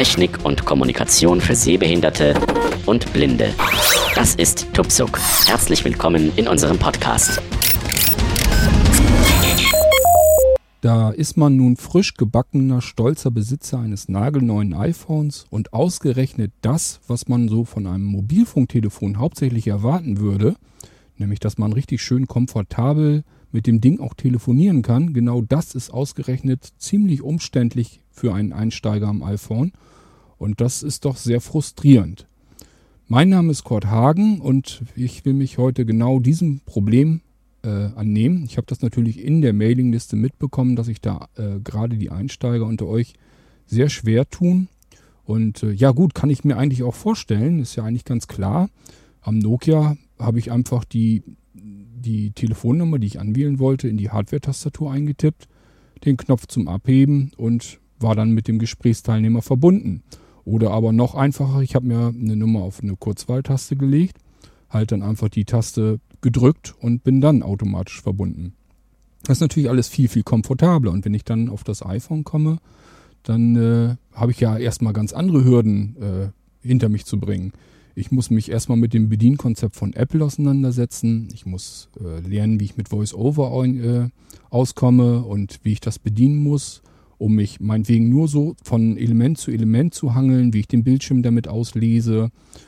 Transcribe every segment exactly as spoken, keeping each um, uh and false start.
Technik und Kommunikation für Sehbehinderte und Blinde. Das ist Tupsuk. Herzlich willkommen in unserem Podcast. Da ist man nun frisch gebackener, stolzer Besitzer eines nagelneuen iPhones und ausgerechnet das, was man so von einem Mobilfunktelefon hauptsächlich erwarten würde, nämlich dass man richtig schön komfortabel mit dem Ding auch telefonieren kann, genau das ist ausgerechnet ziemlich umständlich für einen Einsteiger am iPhone und das ist doch sehr frustrierend. Mein Name ist Kurt Hagen und ich will mich heute genau diesem Problem Äh, annehmen. Ich habe das natürlich in der Mailingliste mitbekommen, dass sich da äh, gerade die Einsteiger unter euch sehr schwer tun. Und äh, ja gut, kann ich mir eigentlich auch vorstellen, ist ja eigentlich ganz klar. Am Nokia habe ich einfach die, die Telefonnummer, die ich anwählen wollte, in die Hardware-Tastatur eingetippt, den Knopf zum Abheben und war dann mit dem Gesprächsteilnehmer verbunden. Oder aber noch einfacher, ich habe mir eine Nummer auf eine Kurzwahltaste gelegt, halt dann einfach die Taste gedrückt und bin dann automatisch verbunden. Das ist natürlich alles viel, viel komfortabler. Und wenn ich dann auf das iPhone komme, dann äh, habe ich ja erstmal ganz andere Hürden äh, hinter mich zu bringen. Ich muss mich erstmal mit dem Bedienkonzept von Apple auseinandersetzen. Ich muss äh, lernen, wie ich mit VoiceOver äh, auskomme und wie ich das bedienen muss, um mich meinetwegen nur so von Element zu Element zu hangeln, wie ich den Bildschirm damit auslese.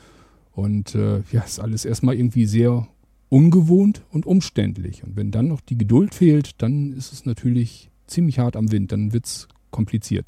Und äh, ja, ist alles erstmal irgendwie sehr ungewohnt und umständlich. Und wenn dann noch die Geduld fehlt, dann ist es natürlich ziemlich hart am Wind, dann wird es kompliziert.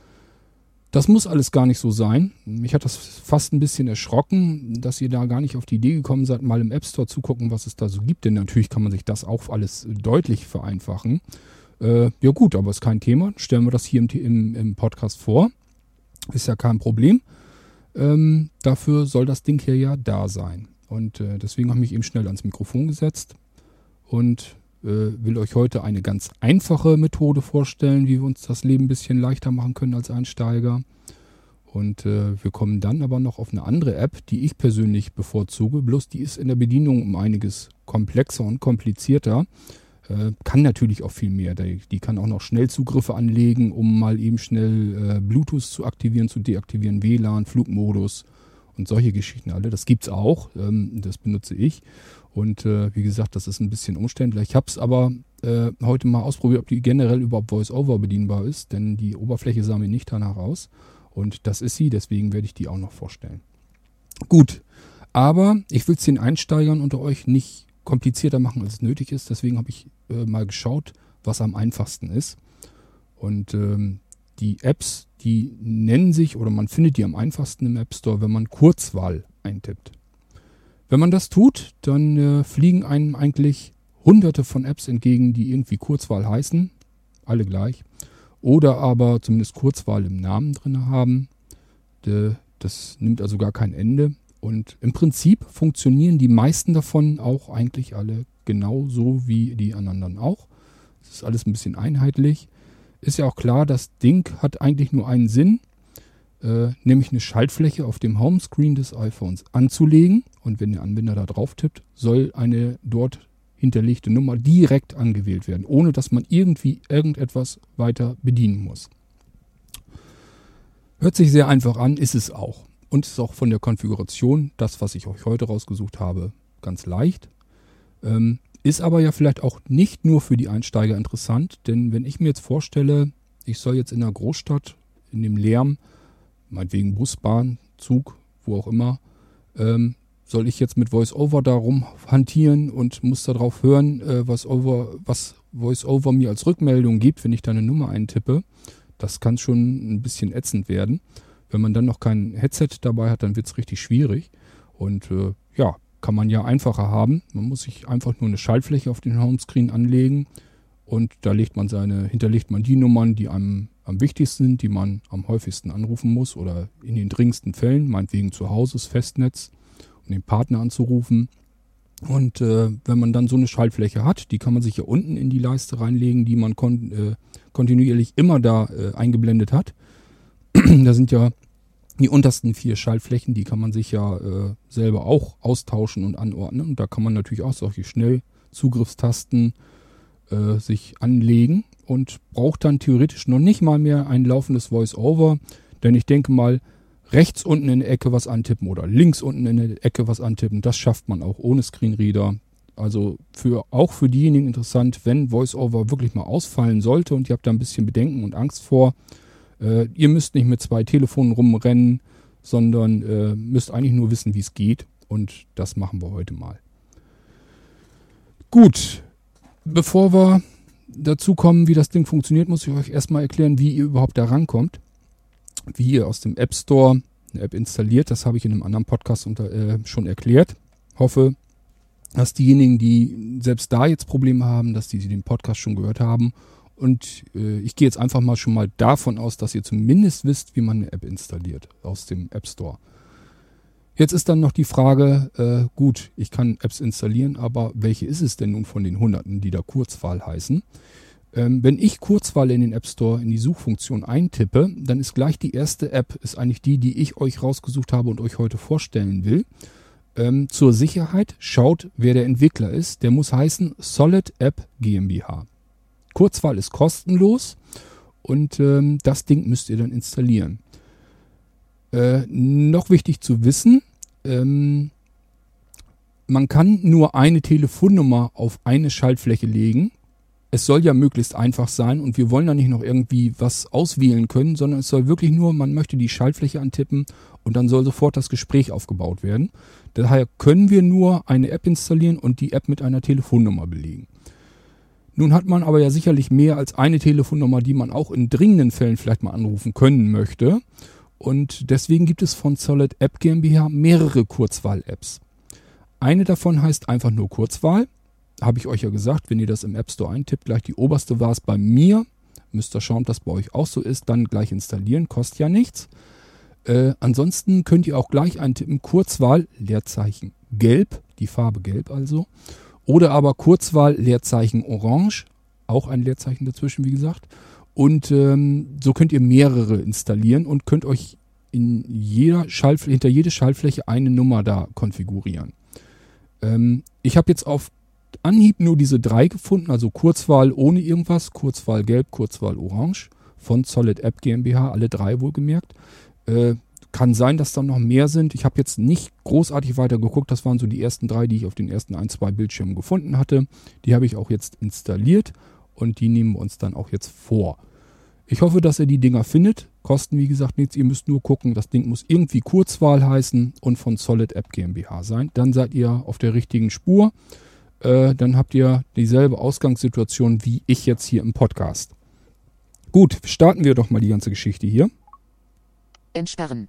Das muss alles gar nicht so sein. Mich hat das fast ein bisschen erschrocken, dass ihr da gar nicht auf die Idee gekommen seid, mal im App Store zu gucken, was es da so gibt. Denn natürlich kann man sich das auch alles deutlich vereinfachen. Äh, ja gut, aber ist kein Thema. Stellen wir das hier im, im, im Podcast vor. Ist ja kein Problem. Ähm, dafür soll das Ding hier ja da sein. Und äh, deswegen habe ich mich eben schnell ans Mikrofon gesetzt und äh, will euch heute eine ganz einfache Methode vorstellen, wie wir uns das Leben ein bisschen leichter machen können als Einsteiger. Und äh, wir kommen dann aber noch auf eine andere App, die ich persönlich bevorzuge. Bloß die ist in der Bedienung um einiges komplexer und komplizierter. Äh, kann natürlich auch viel mehr. Die, die kann auch noch Schnellzugriffe anlegen, um mal eben schnell äh, Bluetooth zu aktivieren, zu deaktivieren, W L A N, Flugmodus. Und solche Geschichten alle, das gibt's auch, ähm, das benutze ich. Und äh, wie gesagt, das ist ein bisschen umständlich. Ich habe es aber äh, heute mal ausprobiert, ob die generell überhaupt VoiceOver bedienbar ist, denn die Oberfläche sah mir nicht danach aus. Und das ist sie, deswegen werde ich die auch noch vorstellen. Gut, aber ich will es den Einsteigern unter euch nicht komplizierter machen, als es nötig ist. Deswegen habe ich äh, mal geschaut, was am einfachsten ist. Und ähm, die Apps, die nennen sich oder man findet die am einfachsten im App Store, wenn man Kurzwahl eintippt. Wenn man das tut, dann äh, fliegen einem eigentlich hunderte von Apps entgegen, die irgendwie Kurzwahl heißen, alle gleich, oder aber zumindest Kurzwahl im Namen drin haben. De, das nimmt also gar kein Ende. Und im Prinzip funktionieren die meisten davon auch eigentlich alle genauso wie die anderen auch. Es ist alles ein bisschen einheitlich. Ist ja auch klar, das Ding hat eigentlich nur einen Sinn, äh, nämlich eine Schaltfläche auf dem Homescreen des iPhones anzulegen. Und wenn der Anwender da drauf tippt, soll eine dort hinterlegte Nummer direkt angewählt werden, ohne dass man irgendwie irgendetwas weiter bedienen muss. Hört sich sehr einfach an, ist es auch. Und ist auch von der Konfiguration, das, was ich euch heute rausgesucht habe, ganz leicht. Ähm, Ist aber ja vielleicht auch nicht nur für die Einsteiger interessant, denn wenn ich mir jetzt vorstelle, ich soll jetzt in einer Großstadt, in dem Lärm, meinetwegen Bus, Bahn, Zug, wo auch immer, ähm, soll ich jetzt mit VoiceOver da rumhantieren und muss darauf hören, äh, was, over, was VoiceOver mir als Rückmeldung gibt, wenn ich da eine Nummer eintippe. Das kann schon ein bisschen ätzend werden. Wenn man dann noch kein Headset dabei hat, dann wird es richtig schwierig. Und äh, ja, kann man ja einfacher haben. Man muss sich einfach nur eine Schaltfläche auf den Homescreen anlegen und da legt man seine, hinterlegt man die Nummern, die einem am wichtigsten sind, die man am häufigsten anrufen muss oder in den dringendsten Fällen, meinetwegen zu Hause, das Festnetz, um den Partner anzurufen. Und äh, wenn man dann so eine Schaltfläche hat, die kann man sich ja unten in die Leiste reinlegen, die man kon- äh, kontinuierlich immer da äh, eingeblendet hat. Da sind ja die untersten vier Schaltflächen, die kann man sich ja äh, selber auch austauschen und anordnen. Und da kann man natürlich auch solche Schnellzugriffstasten äh, sich anlegen und braucht dann theoretisch noch nicht mal mehr ein laufendes Voice-Over. Denn ich denke mal, rechts unten in der Ecke was antippen oder links unten in der Ecke was antippen, das schafft man auch ohne Screenreader. Also für, auch für diejenigen interessant, wenn VoiceOver wirklich mal ausfallen sollte und ihr habt da ein bisschen Bedenken und Angst vor. Äh, ihr müsst nicht mit zwei Telefonen rumrennen, sondern äh, müsst eigentlich nur wissen, wie es geht. Und das machen wir heute mal. Gut, bevor wir dazu kommen, wie das Ding funktioniert, muss ich euch erstmal erklären, wie ihr überhaupt da rankommt. Wie ihr aus dem App Store eine App installiert. Das habe ich in einem anderen Podcast unter, äh, schon erklärt. Hoffe, dass diejenigen, die selbst da jetzt Probleme haben, dass die den Podcast schon gehört haben. Und äh, ich gehe jetzt einfach mal schon mal davon aus, dass ihr zumindest wisst, wie man eine App installiert aus dem App Store. Jetzt ist dann noch die Frage, äh, gut, ich kann Apps installieren, aber welche ist es denn nun von den Hunderten, die da Kurzwahl heißen? Ähm, wenn ich Kurzwahl in den App Store in die Suchfunktion eintippe, dann ist gleich die erste App, ist eigentlich die, die ich euch rausgesucht habe und euch heute vorstellen will. Ähm, zur Sicherheit schaut, wer der Entwickler ist. Der muss heißen Solid App GmbH. Kurzwahl ist kostenlos und ähm, das Ding müsst ihr dann installieren. Äh, noch wichtig zu wissen, ähm, man kann nur eine Telefonnummer auf eine Schaltfläche legen. Es soll ja möglichst einfach sein und wir wollen da nicht noch irgendwie was auswählen können, sondern es soll wirklich nur, man möchte die Schaltfläche antippen und dann soll sofort das Gespräch aufgebaut werden. Daher können wir nur eine App installieren und die App mit einer Telefonnummer belegen. Nun hat man aber ja sicherlich mehr als eine Telefonnummer, die man auch in dringenden Fällen vielleicht mal anrufen können möchte. Und deswegen gibt es von Solid App GmbH mehrere Kurzwahl-Apps. Eine davon heißt einfach nur Kurzwahl. Habe ich euch ja gesagt, wenn ihr das im App Store eintippt, gleich die oberste war es bei mir. Müsst ihr schauen, ob das bei euch auch so ist. Dann gleich installieren, kostet ja nichts. Äh, ansonsten könnt ihr auch gleich eintippen, Kurzwahl, Leerzeichen gelb, die Farbe gelb also. Oder aber Kurzwahl, Leerzeichen orange, auch ein Leerzeichen dazwischen, wie gesagt. Und ähm, so könnt ihr mehrere installieren und könnt euch in jeder Schaltfläche, hinter jede Schaltfläche eine Nummer da konfigurieren. Ähm, ich habe jetzt auf Anhieb nur diese drei gefunden, also Kurzwahl ohne irgendwas, Kurzwahl gelb, Kurzwahl orange, von Solid App GmbH, alle drei wohlgemerkt. Äh, kann sein, dass da noch mehr sind. Ich habe jetzt nicht großartig weiter geguckt, das waren so die ersten drei, die ich auf den ersten ein, zwei Bildschirmen gefunden hatte. Die habe ich auch jetzt installiert und die nehmen wir uns dann auch jetzt vor. Ich hoffe, dass ihr die Dinger findet. Kosten wie gesagt nichts, ihr müsst nur gucken, das Ding muss irgendwie Kurzwahl heißen und von Solid App GmbH sein. Dann seid ihr auf der richtigen Spur. Äh, dann habt ihr dieselbe Ausgangssituation wie ich jetzt hier im Podcast. Gut, starten wir doch mal die ganze Geschichte hier. Entsperren.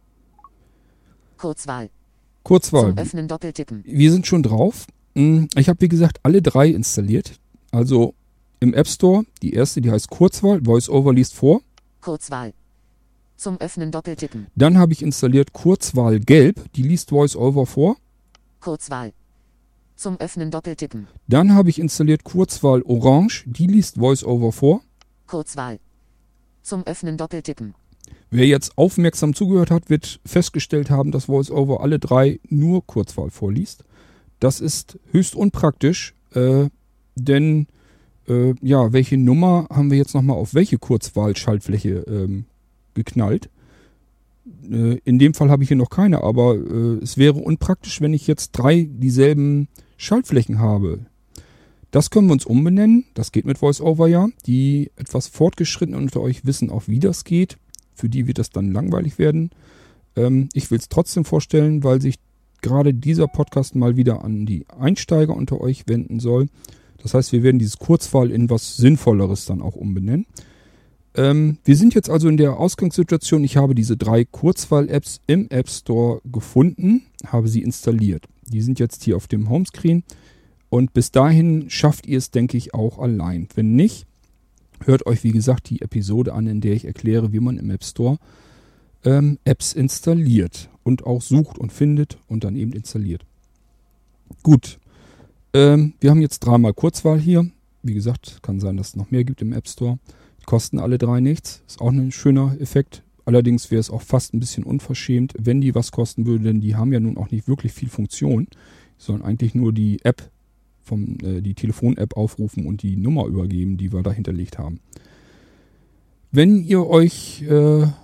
Kurzwahl. Kurzwahl. Zum Öffnen doppeltippen. Wir sind schon drauf. Ich habe wie gesagt alle drei installiert. Also im App Store die erste, die heißt Kurzwahl. VoiceOver liest vor. Kurzwahl. Zum Öffnen doppeltippen. Dann habe ich installiert Kurzwahl Gelb. Die liest VoiceOver vor. Kurzwahl. Zum Öffnen doppeltippen. Dann habe ich installiert Kurzwahl Orange. Die liest VoiceOver vor. Kurzwahl. Zum Öffnen doppeltippen. Wer jetzt aufmerksam zugehört hat, wird festgestellt haben, dass VoiceOver alle drei nur Kurzwahl vorliest. Das ist höchst unpraktisch, äh, denn äh, ja, welche Nummer haben wir jetzt nochmal auf welche Kurzwahl-Schaltfläche ähm, geknallt? Äh, in dem Fall habe ich hier noch keine, aber äh, es wäre unpraktisch, wenn ich jetzt drei dieselben Schaltflächen habe. Das können wir uns umbenennen, das geht mit VoiceOver ja. Die etwas fortgeschrittenen unter euch wissen auch, wie das geht. Für die wird das dann langweilig werden. Ähm, ich will es trotzdem vorstellen, weil sich gerade dieser Podcast mal wieder an die Einsteiger unter euch wenden soll. Das heißt, wir werden dieses Kurzwahl in was Sinnvolleres dann auch umbenennen. Ähm, wir sind jetzt also in der Ausgangssituation, ich habe diese drei Kurzwahl-Apps im App Store gefunden, habe sie installiert. Die sind jetzt hier auf dem Homescreen und bis dahin schafft ihr es, denke ich, auch allein. Wenn nicht, hört euch, wie gesagt, die Episode an, in der ich erkläre, wie man im App Store ähm, Apps installiert und auch sucht und findet und dann eben installiert. Gut, ähm, wir haben jetzt dreimal Kurzwahl hier. Wie gesagt, kann sein, dass es noch mehr gibt im App Store. Die kosten alle drei nichts. Ist auch ein schöner Effekt. Allerdings wäre es auch fast ein bisschen unverschämt, wenn die was kosten würde, denn die haben ja nun auch nicht wirklich viel Funktion. Die sollen eigentlich nur die App vom, äh, die Telefon-App aufrufen und die Nummer übergeben, die wir da hinterlegt haben. Wenn ihr euch äh,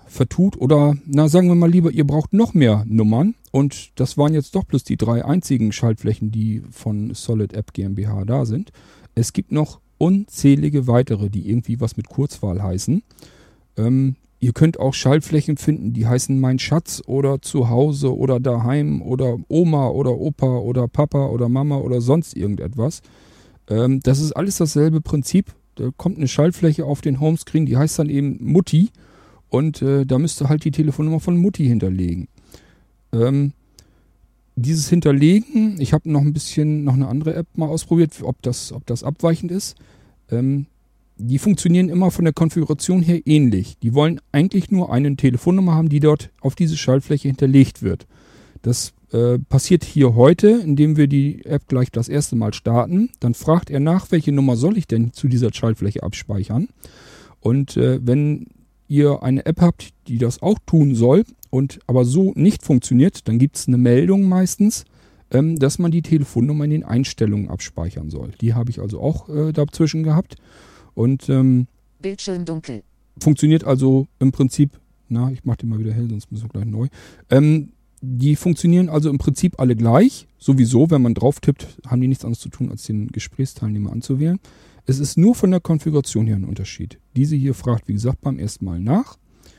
vertut oder, na sagen wir mal lieber, ihr braucht noch mehr Nummern und das waren jetzt doch bloß die drei einzigen Schaltflächen, die von Solid App GmbH da sind. Es gibt noch unzählige weitere, die irgendwie was mit Kurzwahl heißen. Ähm, ihr könnt auch Schaltflächen finden, die heißen Mein Schatz oder Zuhause oder Daheim oder Oma oder Opa oder Papa oder Mama oder sonst irgendetwas. Ähm, das ist alles dasselbe Prinzip. Da kommt eine Schaltfläche auf den Homescreen, die heißt dann eben Mutti. Und äh, da müsst ihr halt die Telefonnummer von Mutti hinterlegen. Ähm, dieses Hinterlegen, ich habe noch ein bisschen, noch eine andere App mal ausprobiert, ob das, ob das abweichend ist. Ähm, die funktionieren immer von der Konfiguration her ähnlich. Die wollen eigentlich nur eine Telefonnummer haben, die dort auf diese Schaltfläche hinterlegt wird. Das äh, passiert hier heute, indem wir die App gleich das erste Mal starten. Dann fragt er nach, welche Nummer soll ich denn zu dieser Schaltfläche abspeichern. Und äh, wenn ihr eine App habt, die das auch tun soll und aber so nicht funktioniert, dann gibt es eine Meldung meistens, ähm, dass man die Telefonnummer in den Einstellungen abspeichern soll. Die habe ich also auch äh, dazwischen gehabt und ähm, Bildschirm dunkel. funktioniert also im Prinzip, na, ich mache den mal wieder hell, sonst müssen wir gleich neu. Ähm, die funktionieren also im Prinzip alle gleich. Sowieso, wenn man drauf tippt, haben die nichts anderes zu tun, als den Gesprächsteilnehmer anzuwählen. Es ist nur von der Konfiguration her ein Unterschied. Diese hier fragt, wie gesagt, beim ersten Mal nach.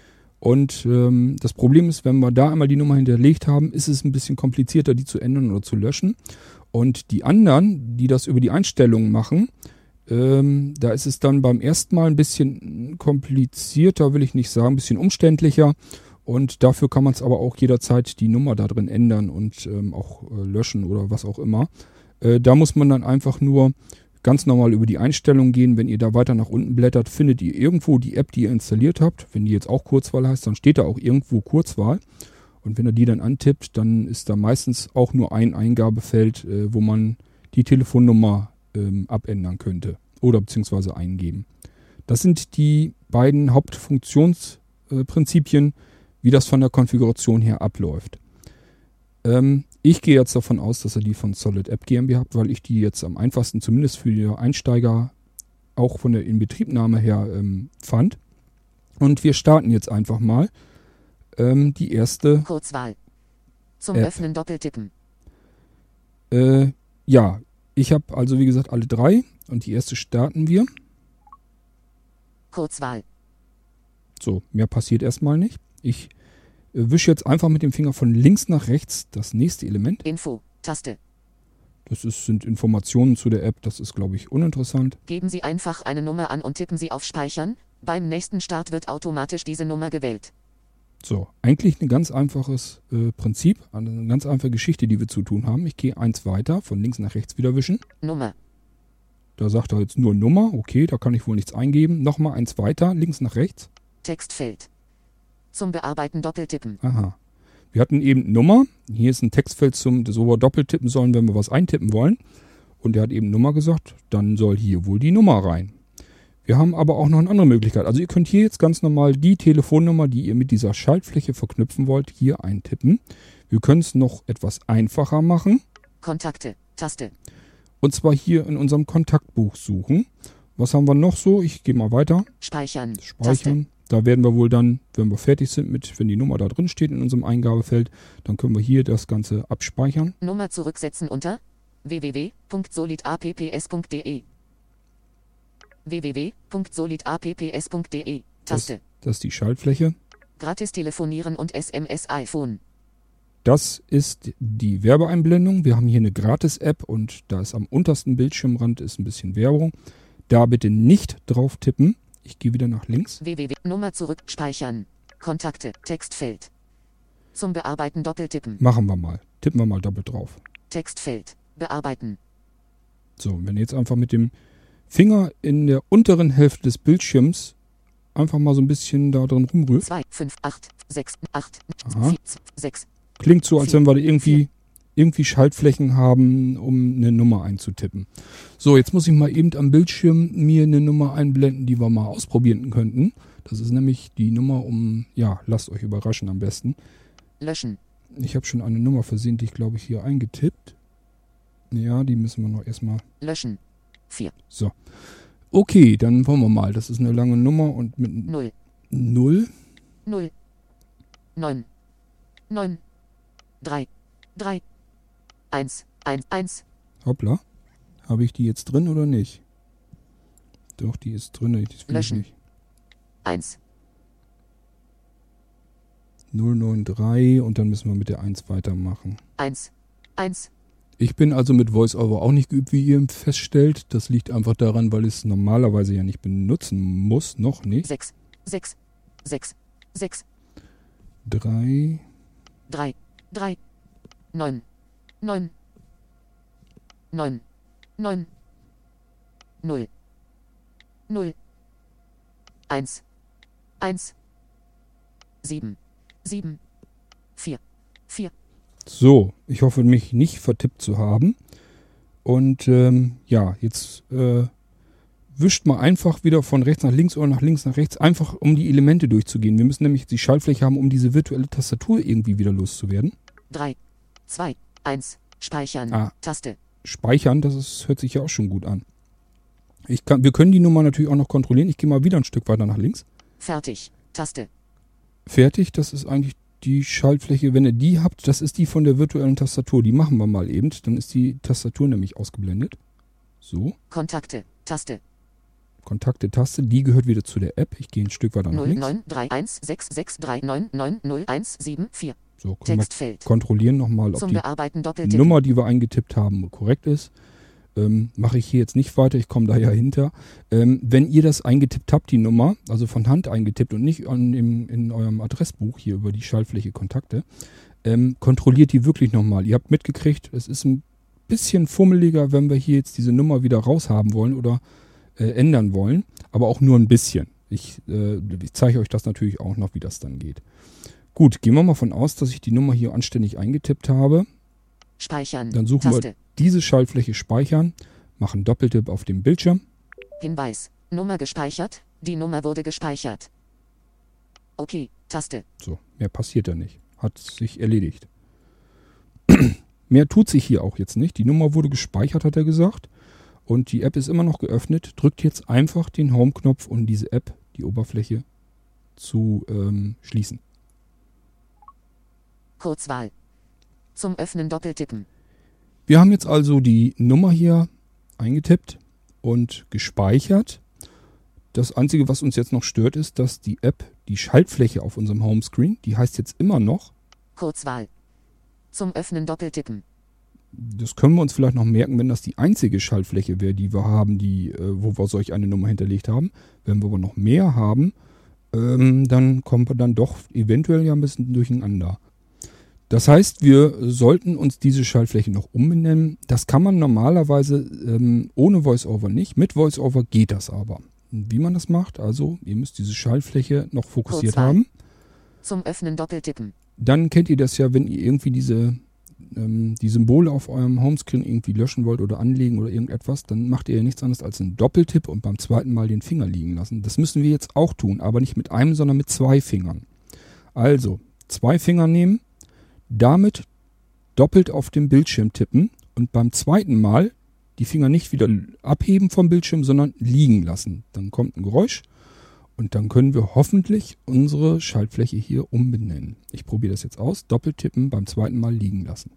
Und ähm, das Problem ist, wenn wir da einmal die Nummer hinterlegt haben, ist es ein bisschen komplizierter, die zu ändern oder zu löschen. Und die anderen, die das über die Einstellungen machen, ähm, da ist es dann beim ersten Mal ein bisschen komplizierter, will ich nicht sagen, ein bisschen umständlicher. Und dafür kann man es aber auch jederzeit die Nummer da drin ändern und ähm, auch äh, löschen oder was auch immer. Äh, da muss man dann einfach nur ganz normal über die Einstellungen gehen. Wenn ihr da weiter nach unten blättert, findet ihr irgendwo die App, die ihr installiert habt. Wenn die jetzt auch Kurzwahl heißt, dann steht da auch irgendwo Kurzwahl. Und wenn ihr die dann antippt, dann ist da meistens auch nur ein Eingabefeld, äh, wo man die Telefonnummer ähm, abändern könnte oder beziehungsweise eingeben. Das sind die beiden Hauptfunktionsprinzipien, äh, wie das von der Konfiguration her abläuft. Ähm, ich gehe jetzt davon aus, dass ihr die von Solid App GmbH habt, weil ich die jetzt am einfachsten, zumindest für die Einsteiger, auch von der Inbetriebnahme her ähm, fand. Und wir starten jetzt einfach mal ähm, die erste Kurzwahl. Zum App. Öffnen doppeltippen. Äh, ja, ich habe also wie gesagt alle drei und die erste starten wir. Kurzwahl. So, mehr passiert erstmal nicht. Ich äh, wische jetzt einfach mit dem Finger von links nach rechts das nächste Element. Info. Taste. Das ist, sind Informationen zu der App, das ist glaube ich uninteressant. Geben Sie einfach eine Nummer an und tippen Sie auf Speichern. Beim nächsten Start wird automatisch diese Nummer gewählt. So, eigentlich ein ganz einfaches äh, Prinzip, eine ganz einfache Geschichte, die wir zu tun haben. Ich gehe eins weiter, von links nach rechts wieder wischen. Nummer. Da sagt er jetzt nur Nummer, okay, da kann ich wohl nichts eingeben. Nochmal eins weiter, links nach rechts. Textfeld. Zum Bearbeiten doppeltippen. Aha. Wir hatten eben Nummer, hier ist ein Textfeld, zum, das wo wir doppeltippen sollen, wenn wir was eintippen wollen. Und er hat eben Nummer gesagt, dann soll hier wohl die Nummer rein. Wir haben aber auch noch eine andere Möglichkeit. Also ihr könnt hier jetzt ganz normal die Telefonnummer, die ihr mit dieser Schaltfläche verknüpfen wollt, hier eintippen. Wir können es noch etwas einfacher machen. Kontakte. Taste. Und zwar hier in unserem Kontaktbuch suchen. Was haben wir noch so? Ich gehe mal weiter. Speichern. Speichern. Da werden wir wohl dann, wenn wir fertig sind mit, wenn die Nummer da drin steht in unserem Eingabefeld, dann können wir hier das Ganze abspeichern. Nummer zurücksetzen unter w w w punkt solid apps punkt d e. w w w punkt solid apps punkt d e. Taste. Das, das ist die Schaltfläche. Gratis telefonieren und S M S iPhone. Das ist die Werbeeinblendung. Wir haben hier eine Gratis-App und da ist am untersten Bildschirmrand ist ein bisschen Werbung. Da bitte nicht drauf tippen. Ich gehe wieder nach links. w w w. Nummer zurück. Speichern. Kontakte. Textfeld. Zum Bearbeiten doppeltippen. Machen wir mal. Tippen wir mal doppelt drauf. Textfeld. Bearbeiten. So, wenn ihr jetzt einfach mit dem Finger in der unteren Hälfte des Bildschirms einfach mal so ein bisschen da drin rumrührt. zwei, fünf, acht, sechs, acht, Aha. vier, sechs. Klingt so, als vier, wenn wir da irgendwie, vier. irgendwie Schaltflächen haben, um eine Nummer einzutippen. So, jetzt muss ich mal eben am Bildschirm mir eine Nummer einblenden, die wir mal ausprobieren könnten. Das ist nämlich die Nummer um, ja, lasst euch überraschen am besten. Löschen. Ich habe schon eine Nummer versehentlich, glaube ich, hier eingetippt. Ja, die müssen wir noch erstmal. Löschen. vier. So. Okay, dann wollen wir mal. Das ist eine lange Nummer und mit null. null. null. neun, neun, drei, drei, eins, eins, eins. Hoppla. Habe ich die jetzt drin oder nicht? Doch, die ist drin. Das will ich Löschen. nicht. eins. null neun drei und dann müssen wir mit der eins weitermachen. eins, eins. Ich bin also mit VoiceOver auch nicht geübt, wie ihr feststellt. Das liegt einfach daran, weil ich es normalerweise ja nicht benutzen muss. Noch nicht. sechs, sechs, sechs, sechs, drei. drei, drei, neun, neun, neun, neun, null, null, eins, eins, sieben, sieben, vier, vier. So, ich hoffe, mich nicht vertippt zu haben. Und ähm, ja, jetzt äh, wischt mal einfach wieder von rechts nach links oder nach links nach rechts, einfach um die Elemente durchzugehen. Wir müssen nämlich die Schaltfläche haben, um diese virtuelle Tastatur irgendwie wieder loszuwerden. drei, zwei, eins, speichern, Ah. Taste, Speichern, das ist, hört sich ja auch schon gut an. Ich kann, wir können die Nummer natürlich auch noch kontrollieren. Ich gehe mal wieder ein Stück weiter nach links. fertig, Taste, Fertig, das ist eigentlich die Schaltfläche. Wenn ihr die habt, das ist die von der virtuellen Tastatur. Die machen wir mal eben. Dann ist die Tastatur nämlich ausgeblendet. So, Kontakte, Taste, Kontakte-Taste, die gehört wieder zu der App. Ich gehe ein Stück weiter nach null links. neun drei eins sechs sechs drei neun neun null eins sieben vier. So, können wir Textfeld. kontrollieren nochmal, ob Zum die Bearbeiten Doppeltippen. Nummer, die wir eingetippt haben, korrekt ist. Ähm, mache ich hier jetzt nicht weiter, ich komme da ja hinter. Ähm, wenn ihr das eingetippt habt, die Nummer, also von Hand eingetippt und nicht an dem, in eurem Adressbuch hier über die Schaltfläche Kontakte, ähm, kontrolliert die wirklich nochmal. Ihr habt mitgekriegt, es ist ein bisschen fummeliger, wenn wir hier jetzt diese Nummer wieder raushaben wollen oder äh, ändern wollen, aber auch nur ein bisschen. Ich, äh, ich zeige euch das natürlich auch noch, wie das dann geht. Gut, gehen wir mal von aus, dass ich die Nummer hier anständig eingetippt habe. Speichern, Dann suchen Taste, wir diese Schaltfläche speichern, machen Doppeltipp auf dem Bildschirm. Hinweis, Nummer gespeichert, die Nummer wurde gespeichert. Okay, Taste, So, mehr passiert da nicht. Hat sich erledigt. Mehr tut sich hier auch jetzt nicht. Die Nummer wurde gespeichert, hat er gesagt. Und die App ist immer noch geöffnet. Drückt jetzt einfach den Home-Knopf, um diese App, die Oberfläche, zu ähm, schließen. Kurzwahl. Zum Öffnen Doppeltippen. Wir haben jetzt also die Nummer hier eingetippt und gespeichert. Das Einzige, was uns jetzt noch stört, ist, dass die App, die Schaltfläche auf unserem Homescreen, die heißt jetzt immer noch, Kurzwahl. Zum Öffnen Doppeltippen. das können wir uns vielleicht noch merken, wenn das die einzige Schaltfläche wäre, die wir haben, die, äh, wo wir solch eine Nummer hinterlegt haben. Wenn wir aber noch mehr haben, ähm, dann kommen wir dann doch eventuell ja ein bisschen durcheinander. Das heißt, wir sollten uns diese Schaltfläche noch umbenennen. Das kann man normalerweise ähm, ohne VoiceOver nicht. Mit VoiceOver geht das aber. Wie man das macht, also ihr müsst diese Schaltfläche noch fokussiert Kurzwahl. haben. Zum Öffnen Doppeltippen. Dann kennt ihr das ja, wenn ihr irgendwie diese, ähm, die Symbole auf eurem Homescreen irgendwie löschen wollt oder anlegen oder irgendetwas, dann macht ihr ja nichts anderes als einen Doppeltipp und beim zweiten Mal den Finger liegen lassen. Das müssen wir jetzt auch tun, aber nicht mit einem, sondern mit zwei Fingern. Also, zwei Finger nehmen, damit doppelt auf dem Bildschirm tippen und beim zweiten Mal die Finger nicht wieder abheben vom Bildschirm, sondern liegen lassen. Dann kommt ein Geräusch und dann können wir hoffentlich unsere Schaltfläche hier umbenennen. Ich probiere das jetzt aus. Doppeltippen, beim zweiten Mal liegen lassen.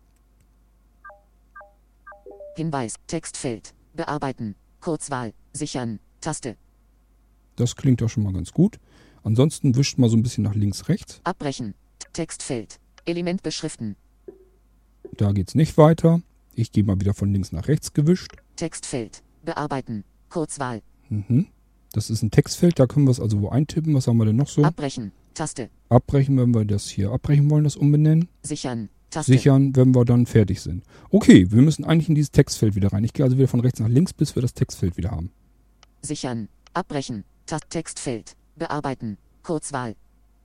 Hinweis, Textfeld. Bearbeiten. Kurzwahl. Sichern. Taste. Das klingt doch schon mal ganz gut. Ansonsten wischt mal so ein bisschen nach links, rechts. Abbrechen. Textfeld. Element beschriften. Da geht es nicht weiter. Ich gehe mal wieder von links nach rechts gewischt. Textfeld. Bearbeiten. Kurzwahl. Mhm. Das ist ein Textfeld, da können wir es also wo eintippen. Was haben wir denn noch so? Abbrechen. Taste. Abbrechen, wenn wir das hier abbrechen wollen, das umbenennen. Sichern. Taste. Sichern, wenn wir dann fertig sind. Okay, wir müssen eigentlich in dieses Textfeld wieder rein. Ich gehe also wieder von rechts nach links, bis wir das Textfeld wieder haben. Sichern. Abbrechen. Tast Textfeld. Bearbeiten. Kurzwahl.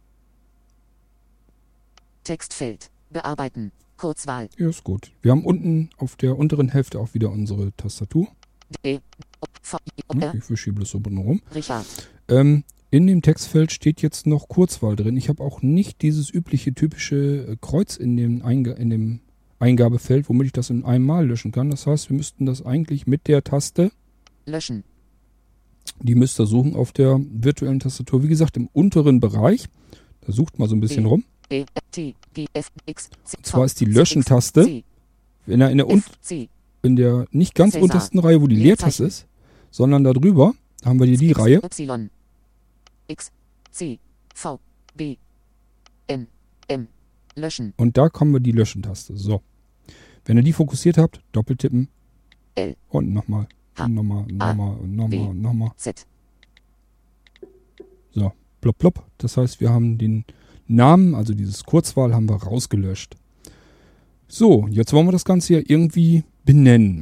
Textfeld. Bearbeiten. Kurzwahl. Ja, ist gut. Wir haben unten auf der unteren Hälfte auch wieder unsere Tastatur. E. V. Hm, R. Ich wische hier bloß so rum. Richard. Ähm, in dem Textfeld steht jetzt noch Kurzwahl drin. Ich habe auch nicht dieses übliche, typische äh, Kreuz in dem, Einga in dem Eingabefeld, womit ich das in einem Mal löschen kann. Das heißt, wir müssten das eigentlich mit der Taste, Löschen. die müsst ihr suchen auf der virtuellen Tastatur. Wie gesagt, im unteren Bereich. Da sucht mal so ein bisschen B. rum. E, T, G, F, X, C, Und zwar V, ist die C, Löschen-Taste C, in der, in der, un, F, C, in der nicht ganz Cäsar. untersten Reihe, wo die Leertaste Leerzeichen. ist, sondern da drüber haben wir hier die X, Reihe. Y, X, C, V, B, N, M, löschen, Und da kommen wir die Löschen-Taste. So. Wenn ihr die fokussiert habt, doppeltippen L, und nochmal. H, Und nochmal, und A, nochmal, und nochmal, W. und nochmal. Z, So, plopp, plopp. Das heißt, wir haben den Namen, also dieses Kurzwahl, haben wir rausgelöscht. So, jetzt wollen wir das Ganze ja irgendwie benennen.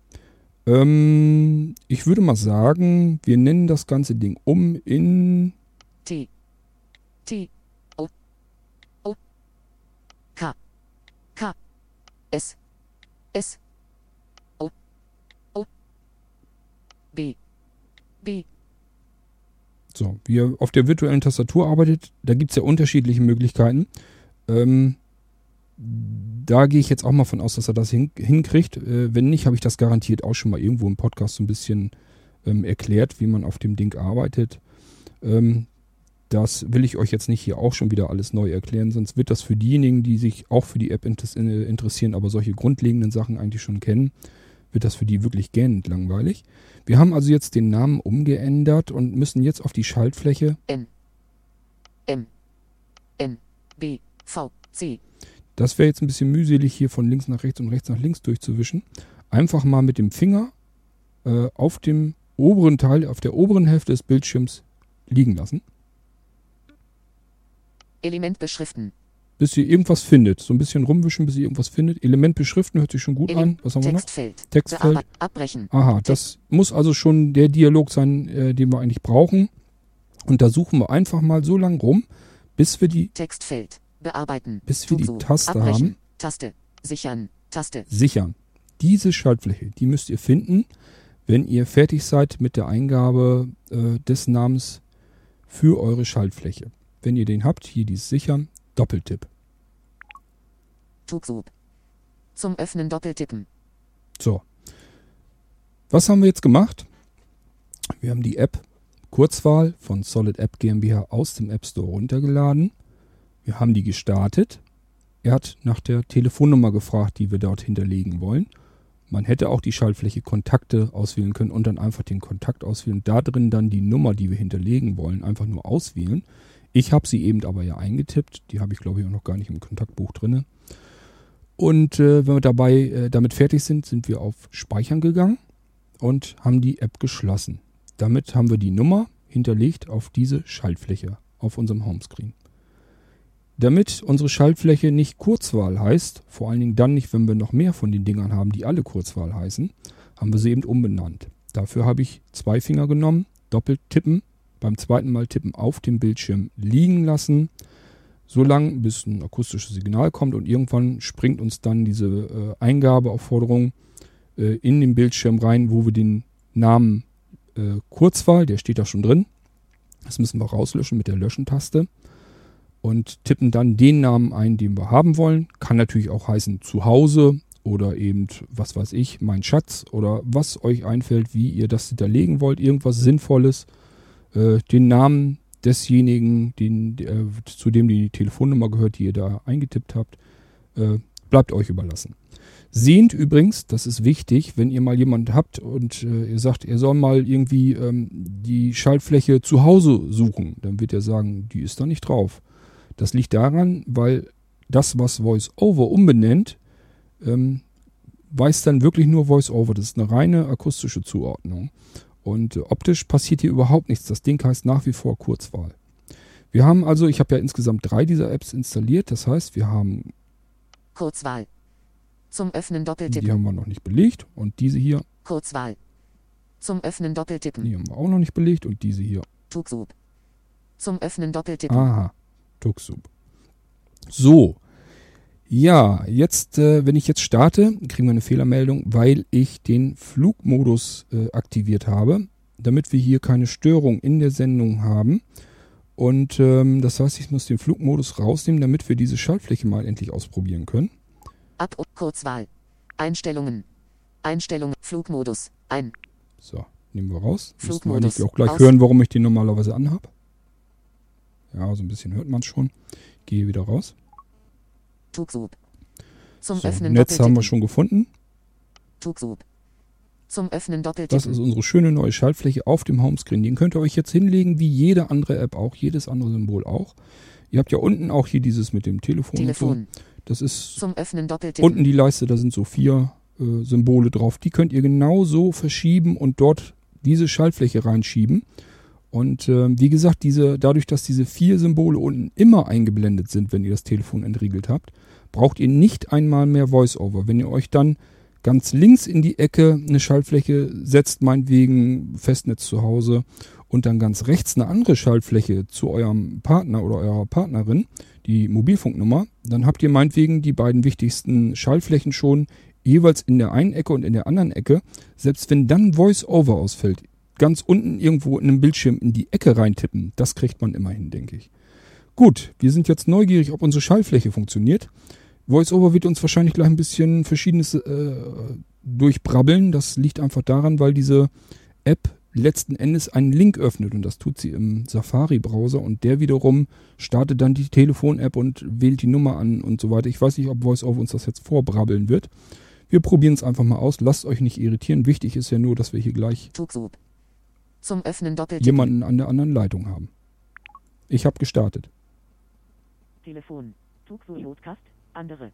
Ähm, ich würde mal sagen, wir nennen das ganze Ding um in T, T, O, O, K, K, S, S, O, O, B, B, So, wie ihr auf der virtuellen Tastatur arbeitet, da gibt es ja unterschiedliche Möglichkeiten. Ähm, da gehe ich jetzt auch mal von aus, dass er das hin, hinkriegt. Äh, wenn nicht, habe ich das garantiert auch schon mal irgendwo im Podcast so ein bisschen ähm, erklärt, wie man auf dem Ding arbeitet. Ähm, das will ich euch jetzt nicht hier auch schon wieder alles neu erklären, sonst wird das für diejenigen, die sich auch für die App interessieren, aber solche grundlegenden Sachen eigentlich schon kennen, wird das für die wirklich gähnend langweilig. Wir haben also jetzt den Namen umgeändert und müssen jetzt auf die Schaltfläche N, M, N, B, V, C, Das wäre jetzt ein bisschen mühselig, hier von links nach rechts und rechts nach links durchzuwischen. Einfach mal mit dem Finger äh, auf dem oberen Teil, auf der oberen Hälfte des Bildschirms liegen lassen. Element beschriften, Bis ihr irgendwas findet. So ein bisschen rumwischen, bis ihr irgendwas findet. Element beschriften hört sich schon gut Ele- an. Was haben wir noch? Textfeld, Textfeld. Bearbeit- abbrechen, Aha, das muss also schon der Dialog sein, äh, den wir eigentlich brauchen. Und da suchen wir einfach mal so lang rum, bis wir die Textfeld, bearbeiten, Bis wir die Tuxu, Taste abbrechen, haben. Taste, sichern, Taste, sichern. Diese Schaltfläche, die müsst ihr finden, wenn ihr fertig seid mit der Eingabe äh, des Namens für eure Schaltfläche. Wenn ihr den habt, hier dieses Sichern, Doppeltipp. Tuxu. Zum Öffnen doppeltippen, So. Was haben wir jetzt gemacht? Wir haben die App Kurzwahl von Solid App GmbH aus dem App Store runtergeladen. Wir haben die gestartet. Er hat nach der Telefonnummer gefragt, die wir dort hinterlegen wollen. Man hätte auch die Schaltfläche Kontakte auswählen können und dann einfach den Kontakt auswählen. Da drin dann die Nummer, die wir hinterlegen wollen, einfach nur auswählen. Ich habe sie eben aber ja eingetippt. Die habe ich, glaube ich, auch noch gar nicht im Kontaktbuch drin. Und äh, wenn wir dabei äh, damit fertig sind, sind wir auf Speichern gegangen und haben die App geschlossen. Damit haben wir die Nummer hinterlegt auf diese Schaltfläche auf unserem Homescreen. Damit unsere Schaltfläche nicht Kurzwahl heißt, vor allen Dingen dann nicht, wenn wir noch mehr von den Dingern haben, die alle Kurzwahl heißen, haben wir sie eben umbenannt. Dafür habe ich zwei Finger genommen, doppelt tippen, beim zweiten Mal tippen auf dem Bildschirm liegen lassen, so lange bis ein akustisches Signal kommt und irgendwann springt uns dann diese äh, Eingabeaufforderung äh, in den Bildschirm rein, wo wir den Namen äh, Kurzwahl, der steht da schon drin, das müssen wir rauslöschen mit der Löschen-Taste. Und tippen dann den Namen ein, den wir haben wollen. Kann natürlich auch heißen Zuhause oder eben, was weiß ich, mein Schatz oder was euch einfällt, wie ihr das hinterlegen wollt. Irgendwas Sinnvolles. Äh, den Namen desjenigen, den, äh, zu dem die Telefonnummer gehört, die ihr da eingetippt habt, äh, bleibt euch überlassen. Sehend übrigens, das ist wichtig, wenn ihr mal jemanden habt und äh, ihr sagt, er soll mal irgendwie ähm, die Schaltfläche zu Hause suchen, dann wird er sagen, die ist da nicht drauf. Das liegt daran, weil das, was VoiceOver umbenennt, ähm, weiß dann wirklich nur VoiceOver. Das ist eine reine akustische Zuordnung. Und äh, optisch passiert hier überhaupt nichts. Das Ding heißt nach wie vor Kurzwahl. Wir haben also, ich habe ja insgesamt drei dieser Apps installiert. Das heißt, wir haben, Kurzwahl. Zum Öffnen die doppeltippen, haben wir noch nicht belegt. Und diese hier, Kurzwahl. Zum Öffnen doppeltippen, die haben wir auch noch nicht belegt. Und diese hier, Tuxu. Zum Öffnen doppeltippen, aha, Tuxub. So, ja, jetzt, äh, wenn ich jetzt starte, kriegen wir eine Fehlermeldung, weil ich den Flugmodus äh, aktiviert habe, damit wir hier keine Störung in der Sendung haben. Und ähm, das heißt, ich muss den Flugmodus rausnehmen, damit wir diese Schaltfläche mal endlich ausprobieren können. Ab Kurzwahl. Einstellungen. Einstellungen. Flugmodus. Ein. So, nehmen wir raus. Müssen wir Flugmodus. eigentlich auch gleich Aus. hören, warum ich den normalerweise anhabe. Ja, so ein bisschen hört man es schon. gehe wieder raus. Tugsub. Zum So, Öffnen Netz haben wir doppeltippen. schon gefunden. Tugsub. Zum Öffnen Das doppeltippen. ist unsere schöne neue Schaltfläche auf dem Homescreen. Den könnt ihr euch jetzt hinlegen, wie jede andere App auch, jedes andere Symbol auch. Ihr habt ja unten auch hier dieses mit dem Telefon. Telefon. Und so. Das ist Zum Öffnen doppeltippen. unten die Leiste, da sind so vier äh, Symbole drauf. Die könnt ihr genauso verschieben und dort diese Schaltfläche reinschieben. Und äh, wie gesagt, diese, dadurch, dass diese vier Symbole unten immer eingeblendet sind, wenn ihr das Telefon entriegelt habt, braucht ihr nicht einmal mehr VoiceOver. Wenn ihr euch dann ganz links in die Ecke eine Schaltfläche setzt, meinetwegen Festnetz zu Hause, und dann ganz rechts eine andere Schaltfläche zu eurem Partner oder eurer Partnerin, die Mobilfunknummer, dann habt ihr meinetwegen die beiden wichtigsten Schaltflächen schon jeweils in der einen Ecke und in der anderen Ecke. Selbst wenn dann VoiceOver ausfällt, ganz unten irgendwo in einem Bildschirm in die Ecke reintippen, das kriegt man immer hin, denke ich. Gut, wir sind jetzt neugierig, ob unsere Schaltfläche funktioniert. VoiceOver wird uns wahrscheinlich gleich ein bisschen Verschiedenes äh, durchbrabbeln. Das liegt einfach daran, weil diese App letzten Endes einen Link öffnet, und das tut sie im Safari-Browser, und der wiederum startet dann die Telefon-App und wählt die Nummer an und so weiter. Ich weiß nicht, ob VoiceOver uns das jetzt vorbrabbeln wird. Wir probieren es einfach mal aus. Lasst euch nicht irritieren. Wichtig ist ja nur, dass wir hier gleich Tugsub. Zum Öffnen doppeltippen. jemanden an der anderen Leitung haben. Ich habe gestartet. Telefon. Tugsu Podcast. Andere.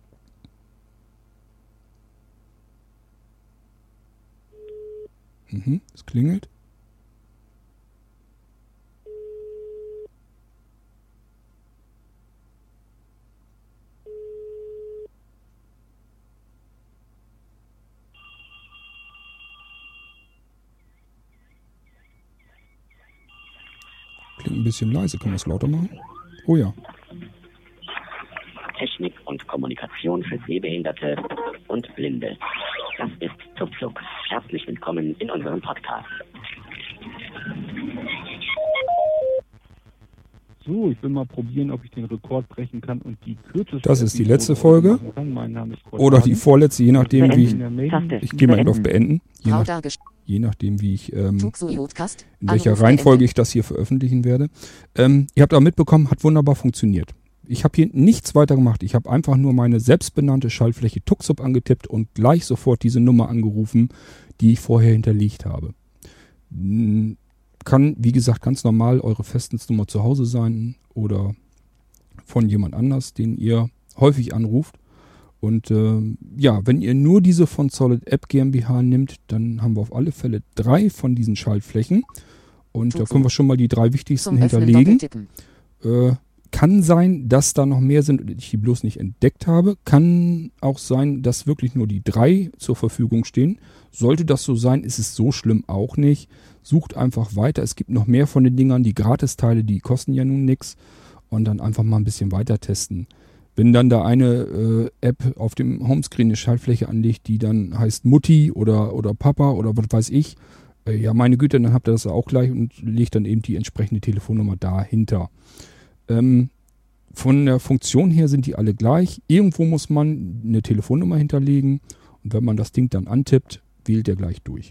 Mhm, es klingelt. Klingt ein bisschen leise. Können wir es lauter machen? Oh ja. Technik und Kommunikation für Sehbehinderte und Blinde. Das ist Tugsub. Herzlich willkommen in unserem Podcast. So, ich will mal probieren, ob ich den Rekord brechen kann und die kürzeste... Das ist die Episode letzte Folge. machen kann. Mein Name ist Kurt Oder die Hagen. vorletzte, je nachdem wie ich... In der Mail- Taste. Ich gehe mal eben auf Beenden. Je, Grau nach, dargestellt. je nachdem, wie ich... Ähm, Tugsu Podcast. in welcher Anruf Reihenfolge beendet. ich das hier veröffentlichen werde. Ähm, ihr habt aber mitbekommen, hat wunderbar funktioniert. Ich habe hier nichts weiter gemacht. Ich habe einfach nur meine selbstbenannte Schaltfläche Tugsub angetippt und gleich sofort diese Nummer angerufen, die ich vorher hinterlegt habe. Hm, Kann, wie gesagt, ganz normal eure Festnetznummer zu Hause sein oder von jemand anders, den ihr häufig anruft. Und ähm, ja, wenn ihr nur diese von Solid App GmbH nimmt, dann haben wir auf alle Fälle drei von diesen Schaltflächen. Und da Tugsub. können wir schon mal die drei wichtigsten Zum Öffnen hinterlegen. doppeltippen. Äh, kann sein, dass da noch mehr sind und ich die bloß nicht entdeckt habe. Kann auch sein, dass wirklich nur die drei zur Verfügung stehen. Sollte das so sein, ist es so schlimm auch nicht. Sucht einfach weiter. Es gibt noch mehr von den Dingern. Die Gratisteile, die kosten ja nun nichts. Und dann einfach mal ein bisschen weiter testen. Wenn dann da eine äh, App auf dem Homescreen eine Schaltfläche anlegt, die dann heißt Mutti oder, oder Papa oder was weiß ich, äh, ja meine Güte, dann habt ihr das auch gleich und legt dann eben die entsprechende Telefonnummer dahinter. Ähm, von der Funktion her sind die alle gleich. Irgendwo muss man eine Telefonnummer hinterlegen und wenn man das Ding dann antippt, wählt er gleich durch.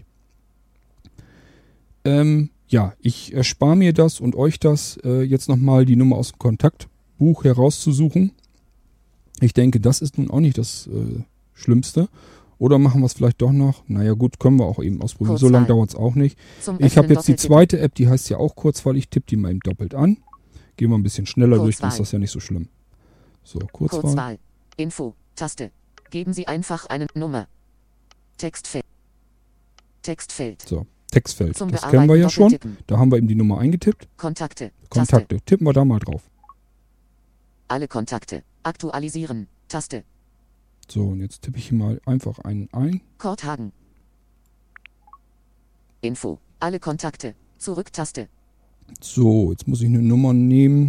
Ähm, ja, ich erspare mir das und euch das, äh, jetzt nochmal die Nummer aus dem Kontaktbuch herauszusuchen. Ich denke, das ist nun auch nicht das äh, Schlimmste. Oder machen wir es vielleicht doch noch? Naja gut, können wir auch eben ausprobieren. So lange Kurzwahl. dauert es auch nicht. Zum Ich habe Öffnen jetzt die doppeltippen. zweite App, die heißt ja auch Kurzwahl. Ich tippe die mal eben doppelt an. Gehen wir ein bisschen schneller durch, dann ist Kurzwahl. das ja nicht so schlimm. So, Kurzwahl. Kurzwahl. Info. Taste. Geben Sie einfach eine Nummer. Textfeld. Textfeld. So, Textfeld. Zum Das Bearbeiten kennen wir ja schon. doppeltippen. Da haben wir eben die Nummer eingetippt. Kontakte. Taste. Kontakte. Tippen wir da mal drauf. Alle Kontakte. Aktualisieren. Taste. So, und jetzt tippe ich hier mal einfach einen ein. Kurt Hagen. Info. Alle Kontakte. Zurück-Taste. So, jetzt muss ich eine Nummer nehmen,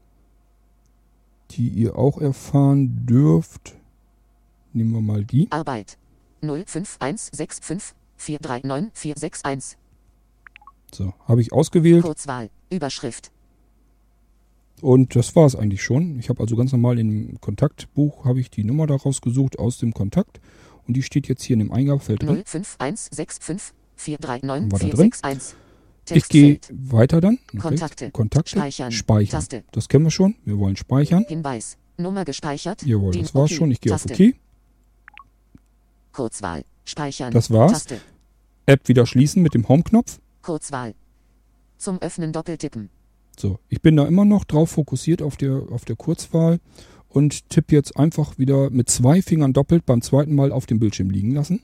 die ihr auch erfahren dürft. Nehmen wir mal die. Arbeit. null fünf eins sechs fünf vier drei neun vier sechs eins. So, habe ich ausgewählt. Kurzwahl. Überschrift. Und das war es eigentlich schon. Ich habe also ganz normal im Kontaktbuch habe ich die Nummer da rausgesucht aus dem Kontakt. Und die steht jetzt hier in dem Eingabefeld drin. null fünf eins sechs fünf vier drei neun War da vier drin? sechs eins. Ich gehe Textfeld. weiter dann. Kontakte. Kontakte. Speichern. Speichern. Taste. Das kennen wir schon. Wir wollen speichern. Hinweis. Nummer gespeichert. Jawohl, Dien- das war's OK. schon. Ich gehe auf Taste. OK. Kurzwahl. Speichern. Das war's. Taste. App wieder schließen mit dem Home-Knopf. Kurzwahl. Zum Öffnen doppeltippen. So, ich bin da immer noch drauf fokussiert auf der, auf der Kurzwahl und tippe jetzt einfach wieder mit zwei Fingern doppelt beim zweiten Mal auf dem Bildschirm liegen lassen.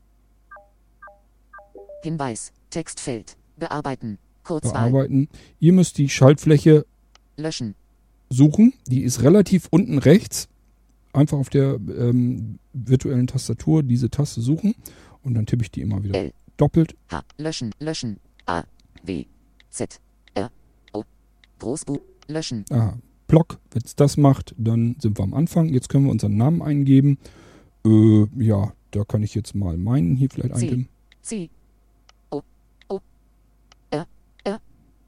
Hinweis. Textfeld. Bearbeiten. Kurzwahl. Bearbeiten. Ihr müsst die Schaltfläche Löschen. suchen. Die ist relativ unten rechts. Einfach auf der ähm, virtuellen Tastatur diese Taste suchen und dann tippe ich die immer wieder L. doppelt. H. Löschen. Löschen. A. W. Z. R. O. Großbuch. Löschen. Aha. Block. Wenn es das macht, dann sind wir am Anfang. Jetzt können wir unseren Namen eingeben. Äh, ja, da kann ich jetzt mal meinen hier vielleicht C. eintippen. C. O. O. R. R.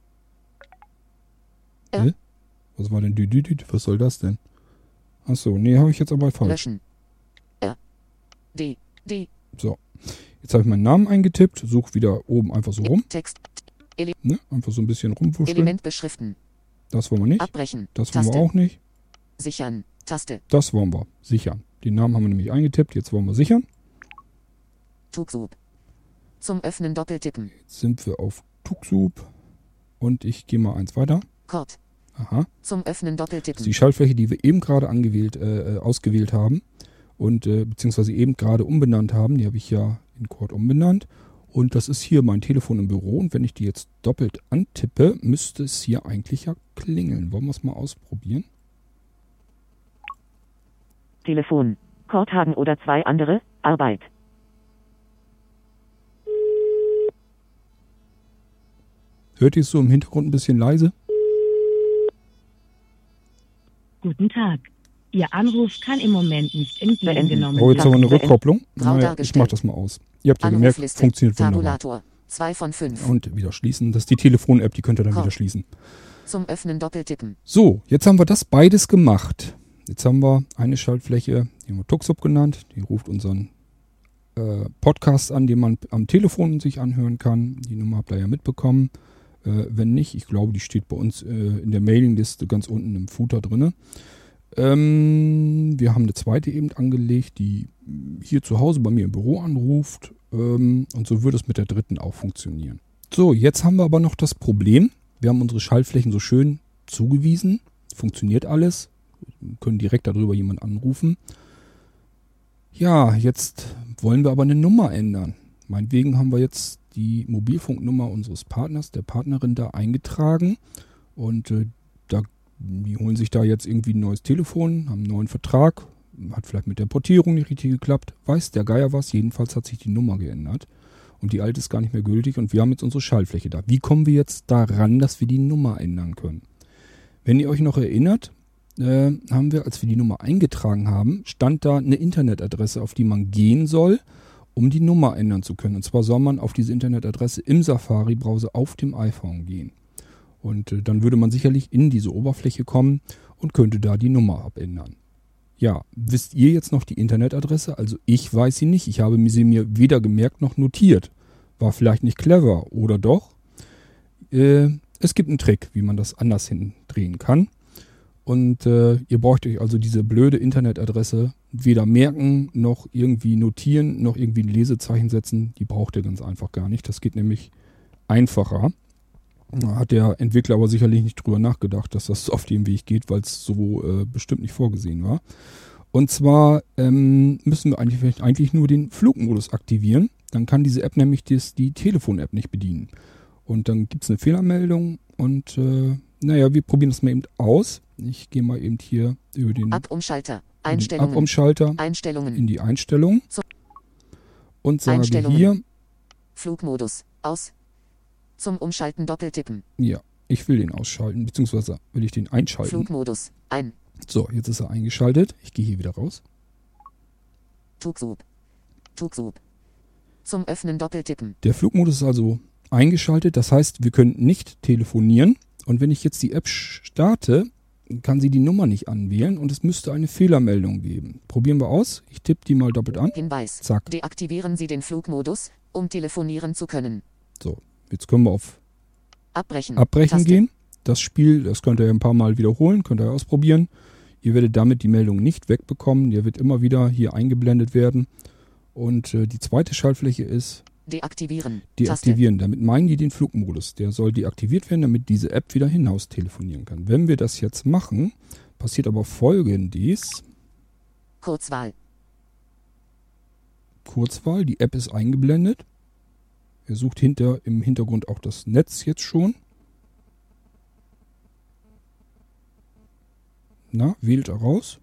R. Hä? Was war denn Düdüdüd? Was soll das denn? Achso, nee, habe ich jetzt aber falsch. Löschen. R. D. D. So. Jetzt habe ich meinen Namen eingetippt, suche wieder oben einfach so rum. Text. Ele Ne? Einfach so ein bisschen rumwuscheln. Element beschriften. Das wollen wir nicht. Abbrechen. Das wollen Taste. wir auch nicht. Sichern. Taste. Das wollen wir. Sichern. Den Namen haben wir nämlich eingetippt. Jetzt wollen wir sichern. Tugsub. Zum Öffnen doppeltippen. Jetzt sind wir auf Tugsub. Und ich gehe mal eins weiter. Kord. Aha. Zum Öffnen Das ist doppeltippen. die Schaltfläche, die wir eben gerade angewählt, äh, ausgewählt haben. Und äh, beziehungsweise eben gerade umbenannt haben. Die habe ich ja in Cord umbenannt. Und das ist hier mein Telefon im Büro. Und wenn ich die jetzt doppelt antippe, müsste es hier eigentlich ja klingeln. Wollen wir es mal ausprobieren? Telefon. Korthagen oder zwei andere. Arbeit. Hört ihr es so im Hintergrund ein bisschen leise? Guten Tag. Ihr Anruf kann im Moment nicht entgegengenommen Oh, jetzt haben wir eine Beenden. Rückkopplung. Grau Naja, ich dargestellt. mache das mal aus. Ihr habt ja gemerkt, Anrufliste. funktioniert wunderbar. Tabulator. zwei von fünf. Und wieder schließen. Das ist die Telefon-App, die könnt ihr dann Komm. wieder schließen. Zum Öffnen doppeltippen. So, jetzt haben wir das beides gemacht. Jetzt haben wir eine Schaltfläche, die haben wir Tuxup genannt. Die ruft unseren äh, Podcast an, den man am Telefon sich anhören kann. Die Nummer habt ihr ja mitbekommen. Äh, wenn nicht, ich glaube, die steht bei uns äh, in der Mailingliste ganz unten im Footer drinne. Ähm, wir haben eine zweite eben angelegt, die hier zu Hause bei mir im Büro anruft. Ähm, und so würde es mit der dritten auch funktionieren. So, jetzt haben wir aber noch das Problem. Wir haben unsere Schaltflächen so schön zugewiesen. Funktioniert alles. Wir können direkt darüber jemanden anrufen. Ja, jetzt wollen wir aber eine Nummer ändern. Meinetwegen haben wir jetzt die Mobilfunknummer unseres Partners, der Partnerin da eingetragen. Und äh, da, die holen sich da jetzt irgendwie ein neues Telefon, haben einen neuen Vertrag. Hat vielleicht mit der Portierung nicht richtig geklappt. Weiß der Geier was. Jedenfalls hat sich die Nummer geändert. Und die alte ist gar nicht mehr gültig und wir haben jetzt unsere Schaltfläche da. Wie kommen wir jetzt daran, dass wir die Nummer ändern können? Wenn ihr euch noch erinnert, äh, haben wir, als wir die Nummer eingetragen haben, stand da eine Internetadresse, auf die man gehen soll, um die Nummer ändern zu können. Und zwar soll man auf diese Internetadresse im Safari-Browser auf dem iPhone gehen. Und äh, dann würde man sicherlich in diese Oberfläche kommen und könnte da die Nummer abändern. Ja, wisst ihr jetzt noch die Internetadresse? Also ich weiß sie nicht. Ich habe sie mir weder gemerkt noch notiert. War vielleicht nicht clever, oder doch? Äh, es gibt einen Trick, wie man das anders hindrehen kann. Und äh, ihr braucht euch also diese blöde Internetadresse weder merken, noch irgendwie notieren, noch irgendwie ein Lesezeichen setzen. Die braucht ihr ganz einfach gar nicht. Das geht nämlich einfacher. Da hat der Entwickler aber sicherlich nicht drüber nachgedacht, dass das auf dem Weg geht, weil es so äh, bestimmt nicht vorgesehen war. Und zwar ähm, müssen wir eigentlich, eigentlich nur den Flugmodus aktivieren. Dann kann diese App nämlich das, die Telefon-App nicht bedienen. Und dann gibt es eine Fehlermeldung und äh, naja, wir probieren das mal eben aus. Ich gehe mal eben hier über den Ab-Umschalter. Einstellungen. Ab-Umschalter Einstellungen. in die Einstellung So. und sage Einstellungen. hier, Flugmodus. Aus. Zum Umschalten doppeltippen. ja, ich will den ausschalten, beziehungsweise will ich den einschalten. Flugmodus. Ein. So, jetzt ist er eingeschaltet. Ich gehe hier wieder raus. Tugsub. Tugsub. Zum Öffnen doppeltippen. Der Flugmodus ist also eingeschaltet. Das heißt, wir können nicht telefonieren. Und wenn ich jetzt die App starte, kann sie die Nummer nicht anwählen und es müsste eine Fehlermeldung geben. Probieren wir aus. Ich tippe die mal doppelt an. Hinweis. Zack. Deaktivieren Sie den Flugmodus, um telefonieren zu können. So, jetzt können wir auf Abbrechen. Abbrechen Taste. gehen. Das Spiel, das könnt ihr ein paar Mal wiederholen, könnt ihr ausprobieren. Ihr werdet damit die Meldung nicht wegbekommen. Der wird immer wieder hier eingeblendet werden. Und äh, die zweite Schaltfläche ist Deaktivieren. deaktivieren. Taste. Damit meinen die den Flugmodus. Der soll deaktiviert werden, damit diese App wieder hinaus telefonieren kann. Wenn wir das jetzt machen, passiert aber Folgendes. Kurzwahl. Kurzwahl, die App ist eingeblendet. Er sucht hinter, im Hintergrund auch das Netz jetzt schon. Na, wählt er raus?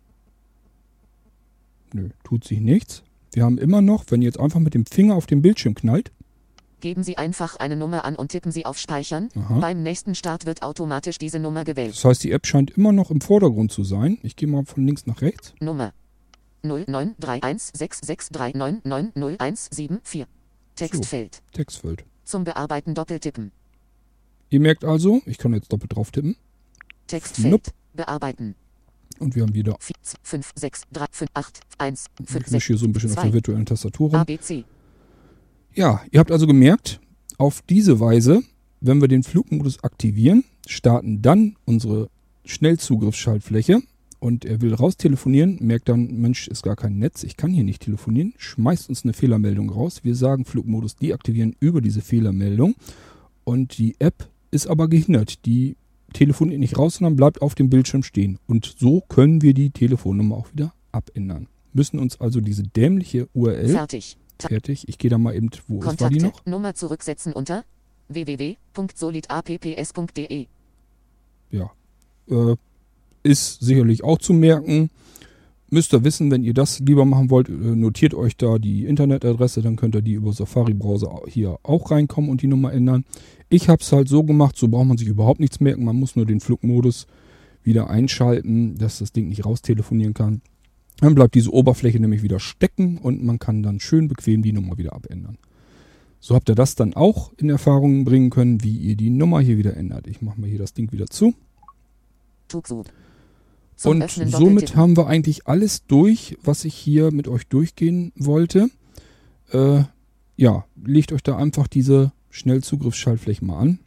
Nö, tut sich nichts. Wir haben immer noch, wenn ihr jetzt einfach mit dem Finger auf den Bildschirm knallt. Geben Sie einfach eine Nummer an und tippen Sie auf Speichern. Aha. Beim nächsten Start wird automatisch diese Nummer gewählt. Das heißt, die App scheint immer noch im Vordergrund zu sein. Ich gehe mal von links nach rechts. Nummer null neun drei eins sechs sechs drei neun neun null eins sieben vier. Textfeld. So, Textfeld. Zum Bearbeiten doppeltippen. Ihr merkt also, ich kann jetzt doppelt drauf tippen. Textfeld. Nope. Bearbeiten. Und wir haben wieder. vier, fünf, sechs, drei, fünf, acht, eins, fünf, Ich mische hier so ein bisschen zwei, auf der virtuellen Tastatur rum. A, B, C. Ja, ihr habt also gemerkt, auf diese Weise, wenn wir den Flugmodus aktivieren, starten dann unsere Schnellzugriffsschaltfläche und er will raus telefonieren, merkt dann, Mensch, ist gar kein Netz, ich kann hier nicht telefonieren, schmeißt uns eine Fehlermeldung raus. Wir sagen Flugmodus deaktivieren über diese Fehlermeldung und die App ist aber gehindert. Die telefoniert nicht raus, sondern bleibt auf dem Bildschirm stehen. Und so können wir die Telefonnummer auch wieder abändern. Müssen uns also diese dämliche U R L... Fertig. Ta- Fertig. Ich gehe da mal eben, wo ist, war Kontakte. die noch? Nummer zurücksetzen unter w w w punkt solidapps punkt d e. Ja. Äh, ist sicherlich auch zu merken. Müsst ihr wissen, wenn ihr das lieber machen wollt, äh, notiert euch da die Internetadresse, dann könnt ihr die über Safari-Browser hier auch reinkommen und die Nummer ändern. Ich habe es halt so gemacht, so braucht man sich überhaupt nichts merken. Man muss nur den Flugmodus wieder einschalten, dass das Ding nicht raustelefonieren kann. Dann bleibt diese Oberfläche nämlich wieder stecken und man kann dann schön bequem die Nummer wieder abändern. So habt ihr das dann auch in Erfahrung bringen können, wie ihr die Nummer hier wieder ändert. Ich mache mal hier das Ding wieder zu. Tuxub. Zum Und Öffnen somit doppeltippen. haben wir eigentlich alles durch, was ich hier mit euch durchgehen wollte. Äh, ja, legt euch da einfach diese Schnellzugriffsschaltflächen mal an.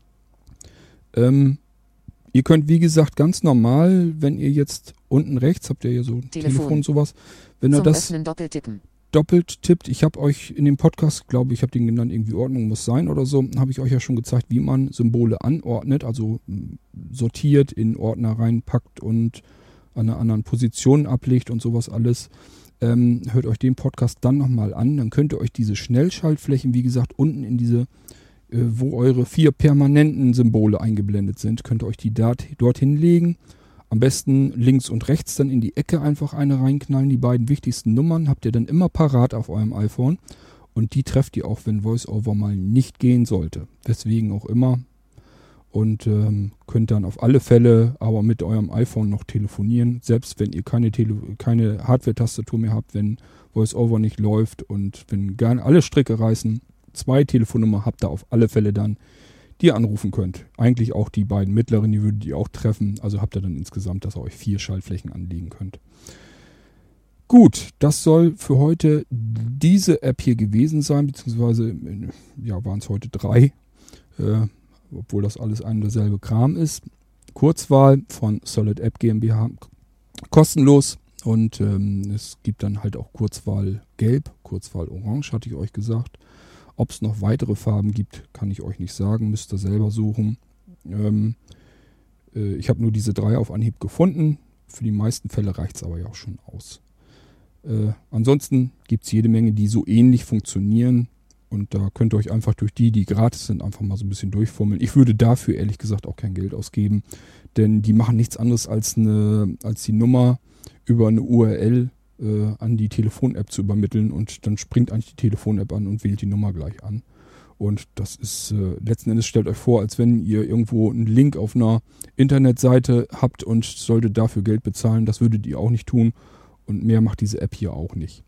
Ähm, ihr könnt, wie gesagt, ganz normal, wenn ihr jetzt unten rechts, habt ihr hier so ein Telefon. Telefon und sowas, wenn ihr Zum das Öffnen doppeltippen. doppelt tippt, ich habe euch in dem Podcast, glaube ich, habe den genannt, irgendwie Ordnung muss sein oder so, habe ich euch ja schon gezeigt, wie man Symbole anordnet, also m, sortiert, in Ordner reinpackt und an einer anderen Position ablegt und sowas alles. Ähm, hört euch den Podcast dann nochmal an, dann könnt ihr euch diese Schnellschaltflächen, wie gesagt, unten in diese, äh, wo eure vier permanenten Symbole eingeblendet sind, könnt ihr euch die dat- dorthin legen. Am besten links und rechts dann in die Ecke einfach eine reinknallen. Die beiden wichtigsten Nummern habt ihr dann immer parat auf eurem iPhone. Und die trefft ihr auch, wenn VoiceOver mal nicht gehen sollte. Weswegen auch immer. Und ähm, könnt dann auf alle Fälle aber mit eurem iPhone noch telefonieren. Selbst wenn ihr keine, Tele- keine Hardware-Tastatur mehr habt, wenn VoiceOver nicht läuft und wenn gar alle Stricke reißen. Zwei Telefonnummern habt ihr auf alle Fälle dann, die ihr anrufen könnt. Eigentlich auch die beiden mittleren, die würdet ihr auch treffen. Also habt ihr dann insgesamt, dass ihr euch vier Schaltflächen anlegen könnt. Gut, das soll für heute diese App hier gewesen sein, beziehungsweise ja, waren es heute drei, äh, obwohl das alles ein und derselbe Kram ist. Kurzwahl von Solid App GmbH, kostenlos. Und ähm, es gibt dann halt auch Kurzwahl Gelb, Kurzwahl Orange, hatte ich euch gesagt. Ob es noch weitere Farben gibt, kann ich euch nicht sagen. Müsst ihr selber suchen. Ähm, äh, ich habe nur diese drei auf Anhieb gefunden. Für die meisten Fälle reicht es aber ja auch schon aus. Äh, ansonsten gibt es jede Menge, die so ähnlich funktionieren. Und da könnt ihr euch einfach durch die, die gratis sind, einfach mal so ein bisschen durchfummeln. Ich würde dafür ehrlich gesagt auch kein Geld ausgeben. Denn die machen nichts anderes als, eine, als die Nummer über eine U R L äh, an die Telefon-App zu übermitteln. Und dann springt eigentlich die Telefon-App an und wählt die Nummer gleich an. Und das ist, äh, letzten Endes stellt euch vor, als wenn ihr irgendwo einen Link auf einer Internetseite habt und solltet dafür Geld bezahlen. Das würdet ihr auch nicht tun. Und mehr macht diese App hier auch nicht.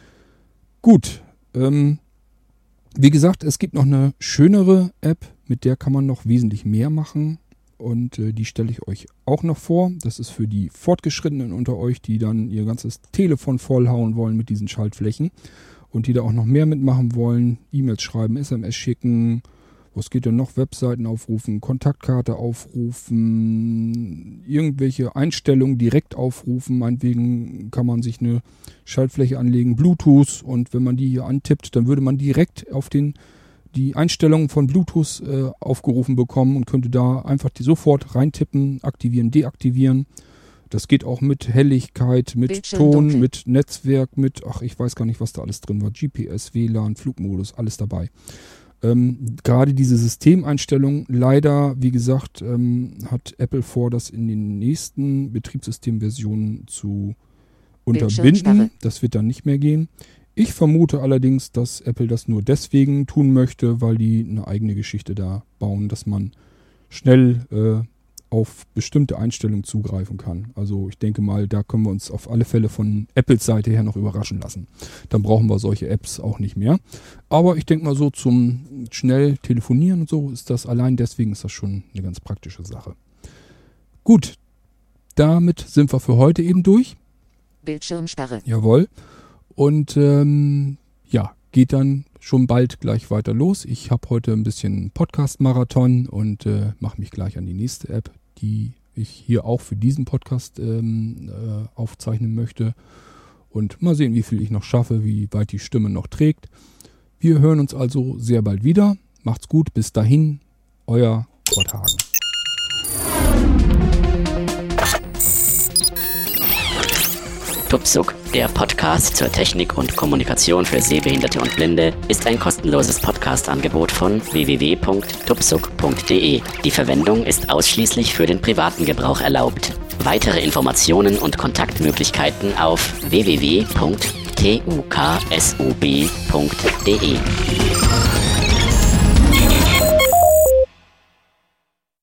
Gut, ähm, wie gesagt, es gibt noch eine schönere App, mit der kann man noch wesentlich mehr machen. Und äh, die stelle ich euch auch noch vor. Das ist für die Fortgeschrittenen unter euch, die dann ihr ganzes Telefon vollhauen wollen mit diesen Schaltflächen. Und die da auch noch mehr mitmachen wollen. E-Mails schreiben, S M S schicken, Was geht denn noch? Webseiten aufrufen, Kontaktkarte aufrufen, irgendwelche Einstellungen direkt aufrufen. Meinetwegen kann man sich eine Schaltfläche anlegen, Bluetooth, und wenn man die hier antippt, dann würde man direkt auf den die Einstellungen von Bluetooth äh, aufgerufen bekommen und könnte da einfach die sofort reintippen, aktivieren, deaktivieren. Das geht auch mit Helligkeit, mit Bildschirm Ton, dunkel. mit Netzwerk, mit, ach, ich weiß gar nicht, was da alles drin war. G P S, W L A N, Flugmodus, alles dabei. Ähm, gerade diese Systemeinstellung, leider, wie gesagt, ähm, hat Apple vor, das in den nächsten Betriebssystemversionen zu unterbinden. Bildschirmsperre. Das wird dann nicht mehr gehen. Ich vermute allerdings, dass Apple das nur deswegen tun möchte, weil die eine eigene Geschichte da bauen, dass man schnell äh, auf bestimmte Einstellungen zugreifen kann. Also ich denke mal, da können wir uns auf alle Fälle von Apples Seite her noch überraschen lassen. Dann brauchen wir solche Apps auch nicht mehr. Aber ich denke mal so zum schnell telefonieren und so ist das, allein deswegen ist das schon eine ganz praktische Sache. Gut, damit sind wir für heute eben durch. Bildschirmsperre. Jawohl. Und ähm, ja, geht dann schon bald gleich weiter los. Ich habe heute ein bisschen Podcast-Marathon und äh, mache mich gleich an die nächste App, die ich hier auch für diesen Podcast ähm, äh, aufzeichnen möchte. Und mal sehen, wie viel ich noch schaffe, wie weit die Stimme noch trägt. Wir hören uns also sehr bald wieder. Macht's gut, bis dahin, euer Kurt Hagen. Tupsuk, der Podcast zur Technik und Kommunikation für Sehbehinderte und Blinde, ist ein kostenloses Podcast-Angebot von w w w punkt tupsuk punkt d e. Die Verwendung ist ausschließlich für den privaten Gebrauch erlaubt. Weitere Informationen und Kontaktmöglichkeiten auf w w w punkt tuksub punkt d e.